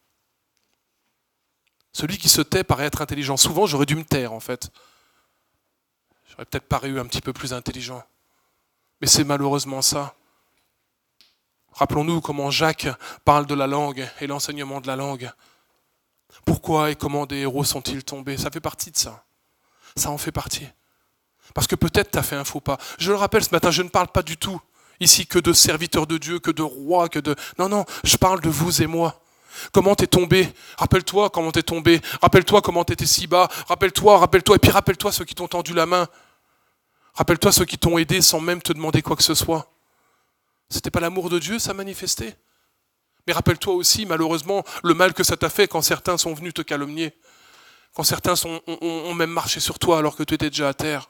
Celui qui se tait paraît être intelligent. Souvent, j'aurais dû me taire, en fait. J'aurais peut-être paru un petit peu plus intelligent. Mais c'est malheureusement ça. Rappelons-nous comment Jacques parle de la langue et l'enseignement de la langue. Pourquoi et comment des héros sont-ils tombés? Ça fait partie de ça. Ça en fait partie. Parce que peut-être tu as fait un faux pas. Je le rappelle ce matin, je ne parle pas du tout ici que de serviteurs de Dieu, que de rois, Non, je parle de vous et moi. Comment t'es tombé? Rappelle-toi comment t'es tombé. Rappelle-toi comment t'étais si bas. Rappelle-toi. Et puis rappelle-toi ceux qui t'ont tendu la main. Rappelle-toi ceux qui t'ont aidé sans même te demander quoi que ce soit. C'était pas l'amour de Dieu, ça manifestait. Mais rappelle-toi aussi, malheureusement, le mal que ça t'a fait quand certains sont venus te calomnier. Quand certains ont même marché sur toi alors que tu étais déjà à terre.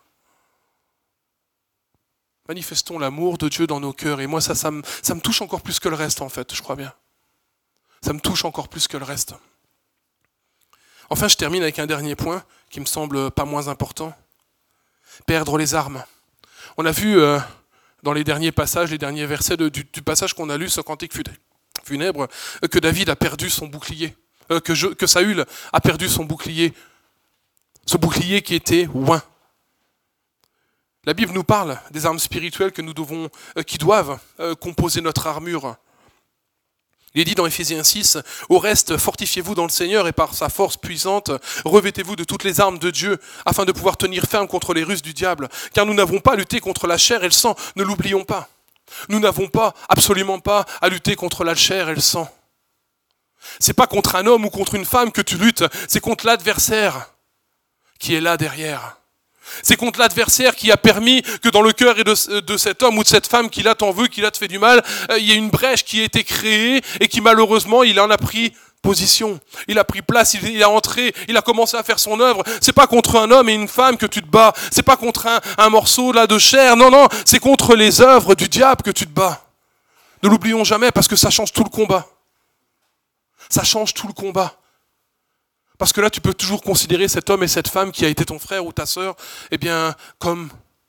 Manifestons l'amour de Dieu dans nos cœurs. Et moi, ça me touche encore plus que le reste, en fait, je crois bien. Ça me touche encore plus que le reste. Enfin, je termine avec un dernier point qui me semble pas moins important. Perdre les armes. On a vu dans les derniers passages, les derniers versets du passage qu'on a lu, ce cantique funèbre, que David a perdu son bouclier. Que Saül a perdu son bouclier. Ce bouclier qui était oint. La Bible nous parle des armes spirituelles qui doivent composer notre armure. Il est dit dans Éphésiens 6, « Au reste, fortifiez-vous dans le Seigneur et par sa force puissante, revêtez-vous de toutes les armes de Dieu, afin de pouvoir tenir ferme contre les ruses du diable. Car nous n'avons pas à lutter contre la chair et le sang, ne l'oublions pas. Nous n'avons pas, absolument pas, à lutter contre la chair et le sang. C'est pas contre un homme ou contre une femme que tu luttes, c'est contre l'adversaire qui est là derrière. C'est contre l'adversaire qui a permis que dans le cœur de cet homme ou de cette femme qui là t'en veut, qui là te fait du mal, il y a une brèche qui a été créée et qui malheureusement il en a pris position. Il a pris place, il est entré, il a commencé à faire son œuvre. C'est pas contre un homme et une femme que tu te bats. C'est pas contre un morceau là de chair. Non, c'est contre les œuvres du diable que tu te bats. Ne l'oublions jamais parce que ça change tout le combat. Ça change tout le combat. Parce que là, tu peux toujours considérer cet homme et cette femme qui a été ton frère ou ta sœur, eh bien, comme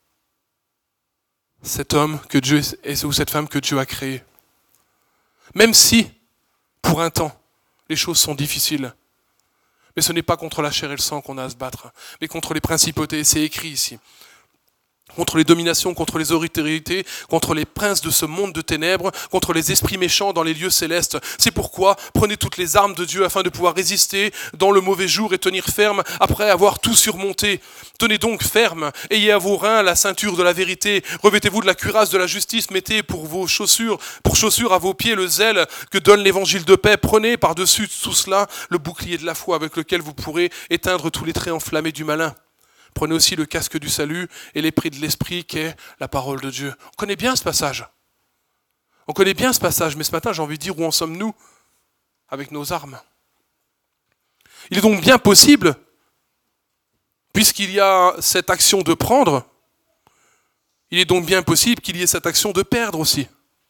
cet homme que Dieu ou cette femme que Dieu a créé. Même si, pour un temps, les choses sont difficiles. Mais ce n'est pas contre la chair et le sang qu'on a à se battre, mais contre les principautés, c'est écrit ici. Contre les dominations, contre les autorités, contre les princes de ce monde de ténèbres, contre les esprits méchants dans les lieux célestes. C'est pourquoi prenez toutes les armes de Dieu afin de pouvoir résister dans le mauvais jour et tenir ferme après avoir tout surmonté. Tenez donc ferme, ayez à vos reins la ceinture de la vérité, revêtez-vous de la cuirasse de la justice, mettez pour chaussures à vos pieds le zèle que donne l'évangile de paix. Prenez par-dessus tout cela le bouclier de la foi avec lequel vous pourrez éteindre tous les traits enflammés du malin. Prenez aussi le casque du salut et l'épée de l'esprit qui est la parole de Dieu. On connaît bien ce passage. Mais ce matin, j'ai envie de dire où en sommes-nous avec nos armes. Il est donc bien possible, puisqu'il y a cette action de prendre, il est donc bien possible qu'il y ait cette action de perdre aussi.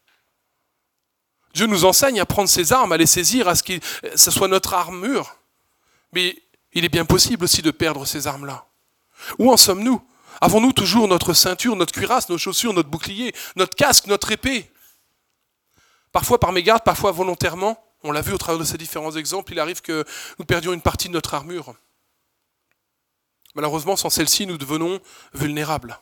Dieu nous enseigne à prendre ses armes, à les saisir, à ce que ce soit notre armure. Mais il est bien possible aussi de perdre ces armes-là. Où en sommes-nous ? Avons-nous toujours notre ceinture, notre cuirasse, nos chaussures, notre bouclier, notre casque, notre épée ? Parfois par mégarde, parfois volontairement, on l'a vu au travers de ces différents exemples, il arrive que nous perdions une partie de notre armure. Malheureusement, sans celle-ci, nous devenons vulnérables.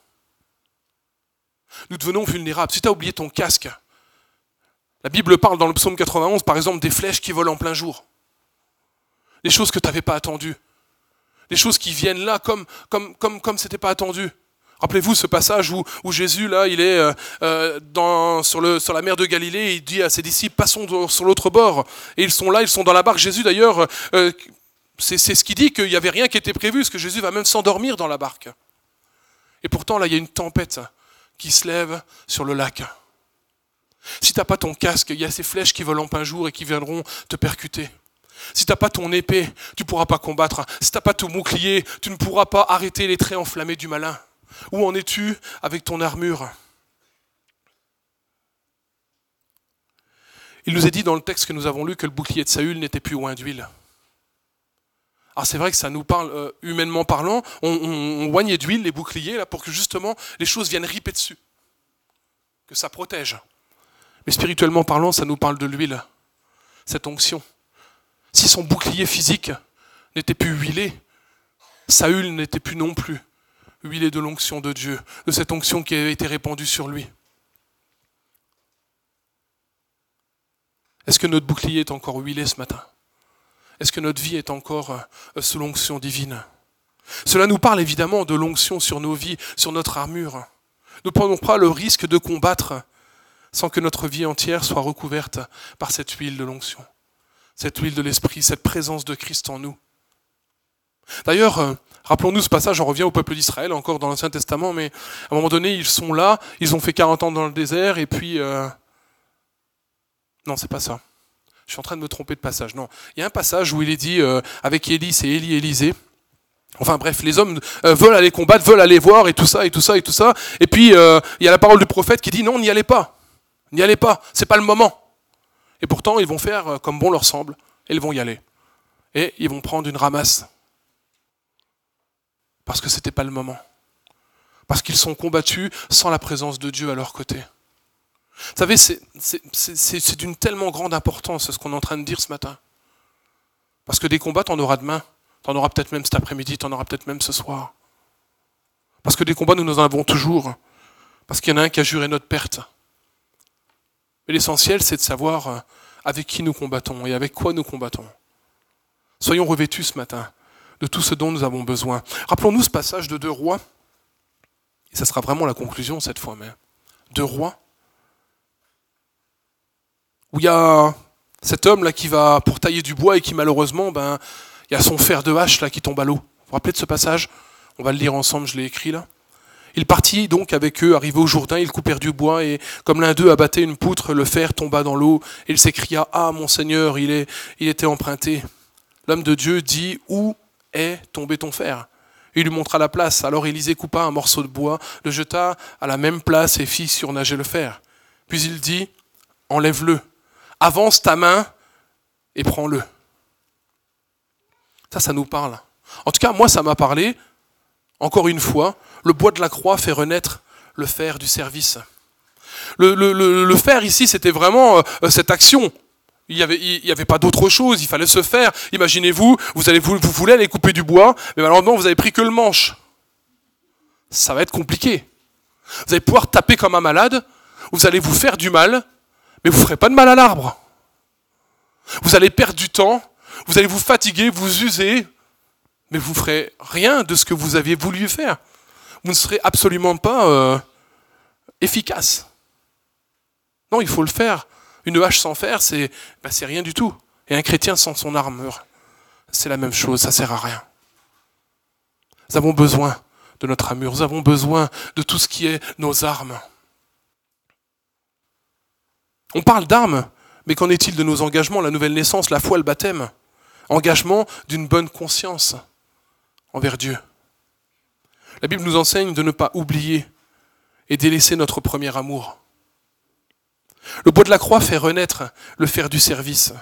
Si tu as oublié ton casque, la Bible parle dans le psaume 91, par exemple, des flèches qui volent en plein jour. Des choses que tu n'avais pas attendues. Des choses qui viennent là comme c'était pas attendu. Rappelez-vous ce passage où Jésus, là, il est sur la mer de Galilée, et il dit à ses disciples, passons sur l'autre bord. Et ils sont là, ils sont dans la barque. Jésus, d'ailleurs, c'est ce qu'il dit, qu'il n'y avait rien qui était prévu, parce que Jésus va même s'endormir dans la barque. Et pourtant, là, il y a une tempête qui se lève sur le lac. Si tu n'as pas ton casque, il y a ces flèches qui volent en plein jour et qui viendront te percuter. Si tu n'as pas ton épée, tu ne pourras pas combattre. Si tu n'as pas ton bouclier, tu ne pourras pas arrêter les traits enflammés du malin. Où en es-tu avec ton armure ? Il nous est dit dans le texte que nous avons lu que le bouclier de Saül n'était plus oint d'huile. Alors c'est vrai que ça nous parle, humainement parlant, on oignait d'huile les boucliers là, pour que justement les choses viennent riper dessus. Que ça protège. Mais spirituellement parlant, ça nous parle de l'huile, cette onction. Si son bouclier physique n'était plus huilé, Saül n'était plus non plus huilé de l'onction de Dieu, de cette onction qui avait été répandue sur lui. Est-ce que notre bouclier est encore huilé ce matin ? Est-ce que notre vie est encore sous l'onction divine ? Cela nous parle évidemment de l'onction sur nos vies, sur notre armure. Nous ne prenons pas le risque de combattre sans que notre vie entière soit recouverte par cette huile de l'onction. Cette huile de l'esprit, cette présence de Christ en nous. D'ailleurs, rappelons-nous ce passage, on revient au peuple d'Israël, encore dans l'Ancien Testament, mais à un moment donné, ils sont là, ils ont fait 40 ans dans le désert, et puis... Non, c'est pas ça. Je suis en train de me tromper de passage. Non, il y a un passage où il est dit, avec Élie, c'est Élie et Élisée, enfin bref, les hommes veulent aller combattre, veulent aller voir, et tout ça. Et puis, il y a la parole du prophète qui dit, non, n'y allez pas, c'est pas le moment. Et pourtant, ils vont faire comme bon leur semble, et ils vont y aller. Et ils vont prendre une ramasse. Parce que c'était pas le moment. Parce qu'ils sont combattus sans la présence de Dieu à leur côté. Vous savez, c'est d'une tellement grande importance ce qu'on est en train de dire ce matin. Parce que des combats, t'en auras demain. T'en auras peut-être même cet après-midi, t'en auras peut-être même ce soir. Parce que des combats, nous en avons toujours. Parce qu'il y en a un qui a juré notre perte. Mais l'essentiel, c'est de savoir avec qui nous combattons et avec quoi nous combattons. Soyons revêtus ce matin de tout ce dont nous avons besoin. Rappelons-nous ce passage de 2 Rois, et ça sera vraiment la conclusion cette fois, mais 2 Rois, où il y a cet homme là qui va pour tailler du bois et qui malheureusement, il y a son fer de hache là qui tombe à l'eau. Vous vous rappelez de ce passage ? On va le lire ensemble, je l'ai écrit là. Il partit donc avec eux, arrivé au Jourdain, ils coupèrent du bois, et comme l'un d'eux abattait une poutre, le fer tomba dans l'eau, et il s'écria « Ah, mon Seigneur, il était emprunté !» L'homme de Dieu dit « Où est tombé ton fer ?» Il lui montra la place. Alors Élisée coupa un morceau de bois, le jeta à la même place et fit surnager le fer. Puis il dit « Enlève-le, avance ta main et prends-le. » Ça nous parle. En tout cas, moi, ça m'a parlé. Encore une fois, le bois de la croix fait renaître le fer du service. Le fer ici, c'était vraiment cette action. Il y avait pas d'autre chose, il fallait se faire. Imaginez-vous, vous voulez aller couper du bois, mais malheureusement, vous avez pris que le manche. Ça va être compliqué. Vous allez pouvoir taper comme un malade, vous allez vous faire du mal, mais vous ne ferez pas de mal à l'arbre. Vous allez perdre du temps, vous allez vous fatiguer, vous user, mais vous ne ferez rien de ce que vous aviez voulu faire. Vous ne serez absolument pas efficace. Non, il faut le faire. Une hache sans fer, c'est rien du tout. Et un chrétien sans son armure, c'est la même chose, ça ne sert à rien. Nous avons besoin de notre armure, nous avons besoin de tout ce qui est nos armes. On parle d'armes, mais qu'en est-il de nos engagements, la nouvelle naissance, la foi, le baptême? Engagement d'une bonne conscience envers Dieu. La Bible nous enseigne de ne pas oublier et délaisser notre premier amour. Le bois de la croix fait renaître le fer du service.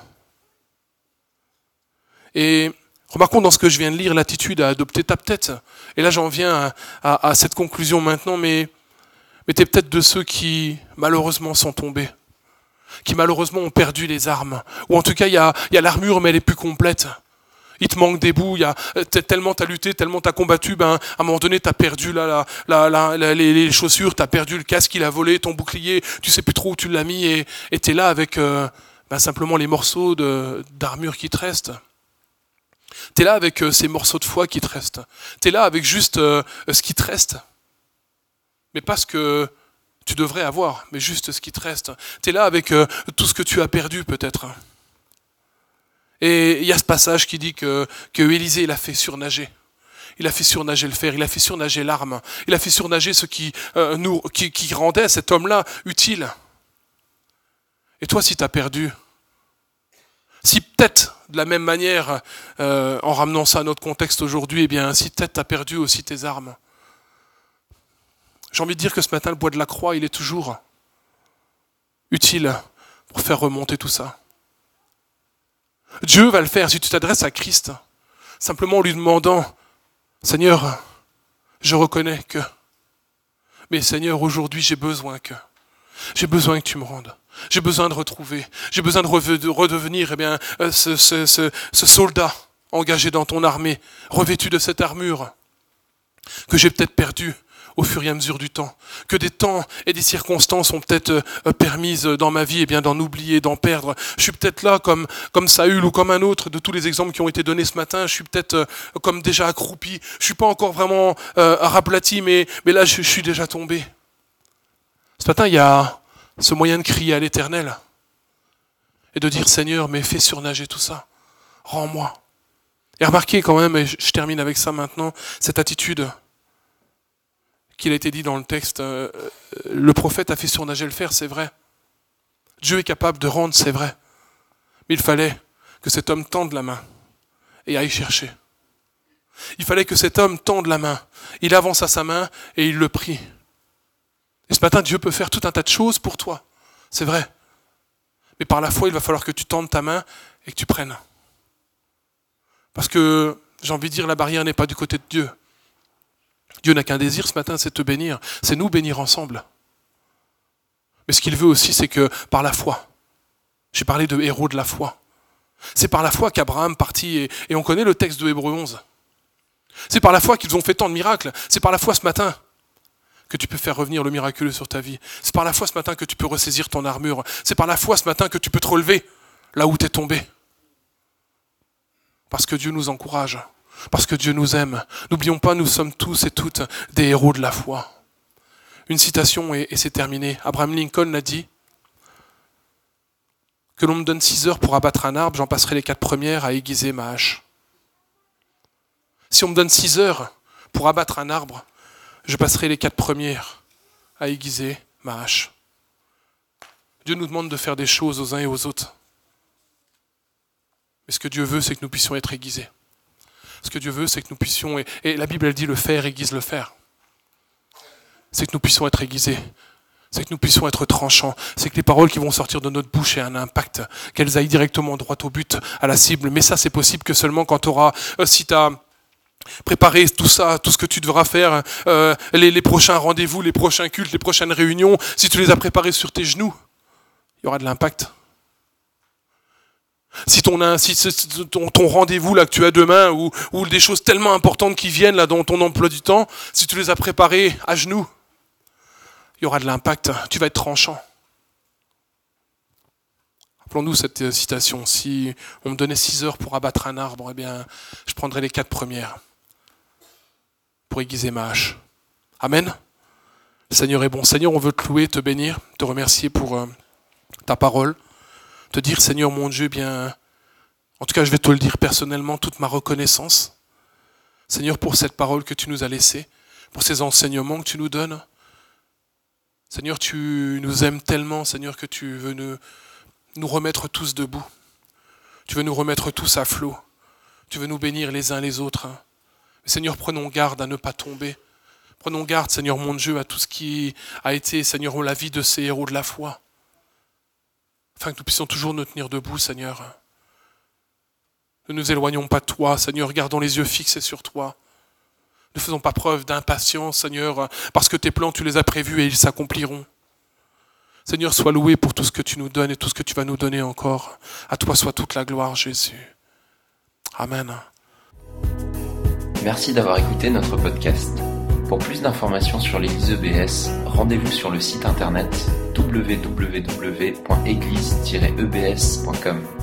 Et remarquons dans ce que je viens de lire, l'attitude à adopter tape tête. Et là j'en viens à cette conclusion maintenant, mais t'es peut-être de ceux qui malheureusement sont tombés, qui malheureusement ont perdu les armes, ou en tout cas il y a l'armure mais elle est plus complète. Il te manque des bouts, tellement t'as lutté, tellement t'as combattu, à un moment donné t'as perdu les chaussures, t'as perdu le casque, il a volé, ton bouclier, tu sais plus trop où tu l'as mis, et t'es là avec simplement les morceaux d'armure qui te restent. T'es là avec ces morceaux de foi qui te restent. T'es là avec juste ce qui te reste. Mais pas ce que tu devrais avoir, mais juste ce qui te reste. T'es là avec tout ce que tu as perdu peut-être. Et il y a ce passage qui dit que Élisée, il a fait surnager. Il a fait surnager le fer, il a fait surnager l'arme, il a fait surnager ce qui rendait cet homme-là utile. Et toi, si tu as perdu, si peut-être de la même manière, en ramenant ça à notre contexte aujourd'hui, si peut-être tu as perdu aussi tes armes, j'ai envie de dire que ce matin, le bois de la croix, il est toujours utile pour faire remonter tout ça. Dieu va le faire si tu t'adresses à Christ, simplement en lui demandant « Seigneur, je reconnais que... Mais Seigneur, aujourd'hui, j'ai besoin que tu me rendes. J'ai besoin de retrouver. J'ai besoin de redevenir ce soldat engagé dans ton armée, revêtu de cette armure que j'ai peut-être perdue au fur et à mesure du temps, que des temps et des circonstances ont peut-être permises dans ma vie d'en oublier, d'en perdre. Je suis peut-être là comme Saül ou comme un autre de tous les exemples qui ont été donnés ce matin. Je suis peut-être comme déjà accroupi. Je suis pas encore vraiment raplati, mais là je suis déjà tombé. Ce matin, il y a ce moyen de crier à l'Éternel et de dire Seigneur, mais fais surnager tout ça. Rends-moi. Et remarquez quand même, et je termine avec ça maintenant, cette attitude qu'il a été dit dans le texte, le prophète a fait surnager le fer, c'est vrai. Dieu est capable de rendre, c'est vrai. Mais il fallait que cet homme tende la main et aille chercher. Il fallait que cet homme tende la main. Il avança sa main et il le prit. Et ce matin, Dieu peut faire tout un tas de choses pour toi, c'est vrai. Mais par la foi, il va falloir que tu tendes ta main et que tu prennes. Parce que, j'ai envie de dire, la barrière n'est pas du côté de Dieu. Dieu n'a qu'un désir ce matin, c'est te bénir. C'est nous bénir ensemble. Mais ce qu'il veut aussi, c'est que par la foi, j'ai parlé de héros de la foi. C'est par la foi qu'Abraham partit, et on connaît le texte de Hébreux 11. C'est par la foi qu'ils ont fait tant de miracles. C'est par la foi ce matin que tu peux faire revenir le miraculeux sur ta vie. C'est par la foi ce matin que tu peux ressaisir ton armure. C'est par la foi ce matin que tu peux te relever là où tu es tombé. Parce que Dieu nous encourage. Parce que Dieu nous aime. N'oublions pas, nous sommes tous et toutes des héros de la foi. Une citation et c'est terminé. Abraham Lincoln l'a dit. Que l'on me donne 6 heures pour abattre un arbre, j'en passerai les 4 premières à aiguiser ma hache. Si on me donne 6 heures pour abattre un arbre, je passerai les 4 premières à aiguiser ma hache. Dieu nous demande de faire des choses aux uns et aux autres. Mais ce que Dieu veut, c'est que nous puissions être aiguisés. Ce que Dieu veut, c'est que nous puissions, et la Bible elle dit le fer aiguise le fer. C'est que nous puissions être aiguisés. C'est que nous puissions être tranchants. C'est que les paroles qui vont sortir de notre bouche aient un impact, qu'elles aillent directement droit au but, à la cible. Mais ça, c'est possible que seulement quand tu auras, si tu as préparé tout ça, tout ce que tu devras faire, les prochains rendez-vous, les prochains cultes, les prochaines réunions, si tu les as préparés sur tes genoux, il y aura de l'impact. Si ton rendez-vous là que tu as demain, ou des choses tellement importantes qui viennent là dans ton emploi du temps, si tu les as préparées à genoux, il y aura de l'impact, tu vas être tranchant. Rappelons-nous cette citation, si on me donnait 6 heures pour abattre un arbre, eh bien, je prendrais les 4 premières pour aiguiser ma hache. Amen. Le Seigneur est bon. Seigneur, on veut te louer, te bénir, te remercier pour ta parole, te dire, Seigneur mon Dieu, bien, en tout cas je vais te le dire personnellement, toute ma reconnaissance, Seigneur, pour cette parole que tu nous as laissée, pour ces enseignements que tu nous donnes. Seigneur, tu nous aimes tellement, Seigneur, que tu veux nous remettre tous debout. Tu veux nous remettre tous à flot. Tu veux nous bénir les uns les autres. Mais Seigneur, prenons garde à ne pas tomber. Prenons garde, Seigneur mon Dieu, à tout ce qui a été, Seigneur, la vie de ces héros de la foi. Afin que nous puissions toujours nous tenir debout, Seigneur. Ne nous éloignons pas de toi, Seigneur, gardons les yeux fixés sur toi. Ne faisons pas preuve d'impatience, Seigneur, parce que tes plans, tu les as prévus et ils s'accompliront. Seigneur, sois loué pour tout ce que tu nous donnes et tout ce que tu vas nous donner encore. À toi soit toute la gloire, Jésus. Amen. Merci d'avoir écouté notre podcast. Pour plus d'informations sur l'Église EBS, rendez-vous sur le site internet www.église-ebs.com.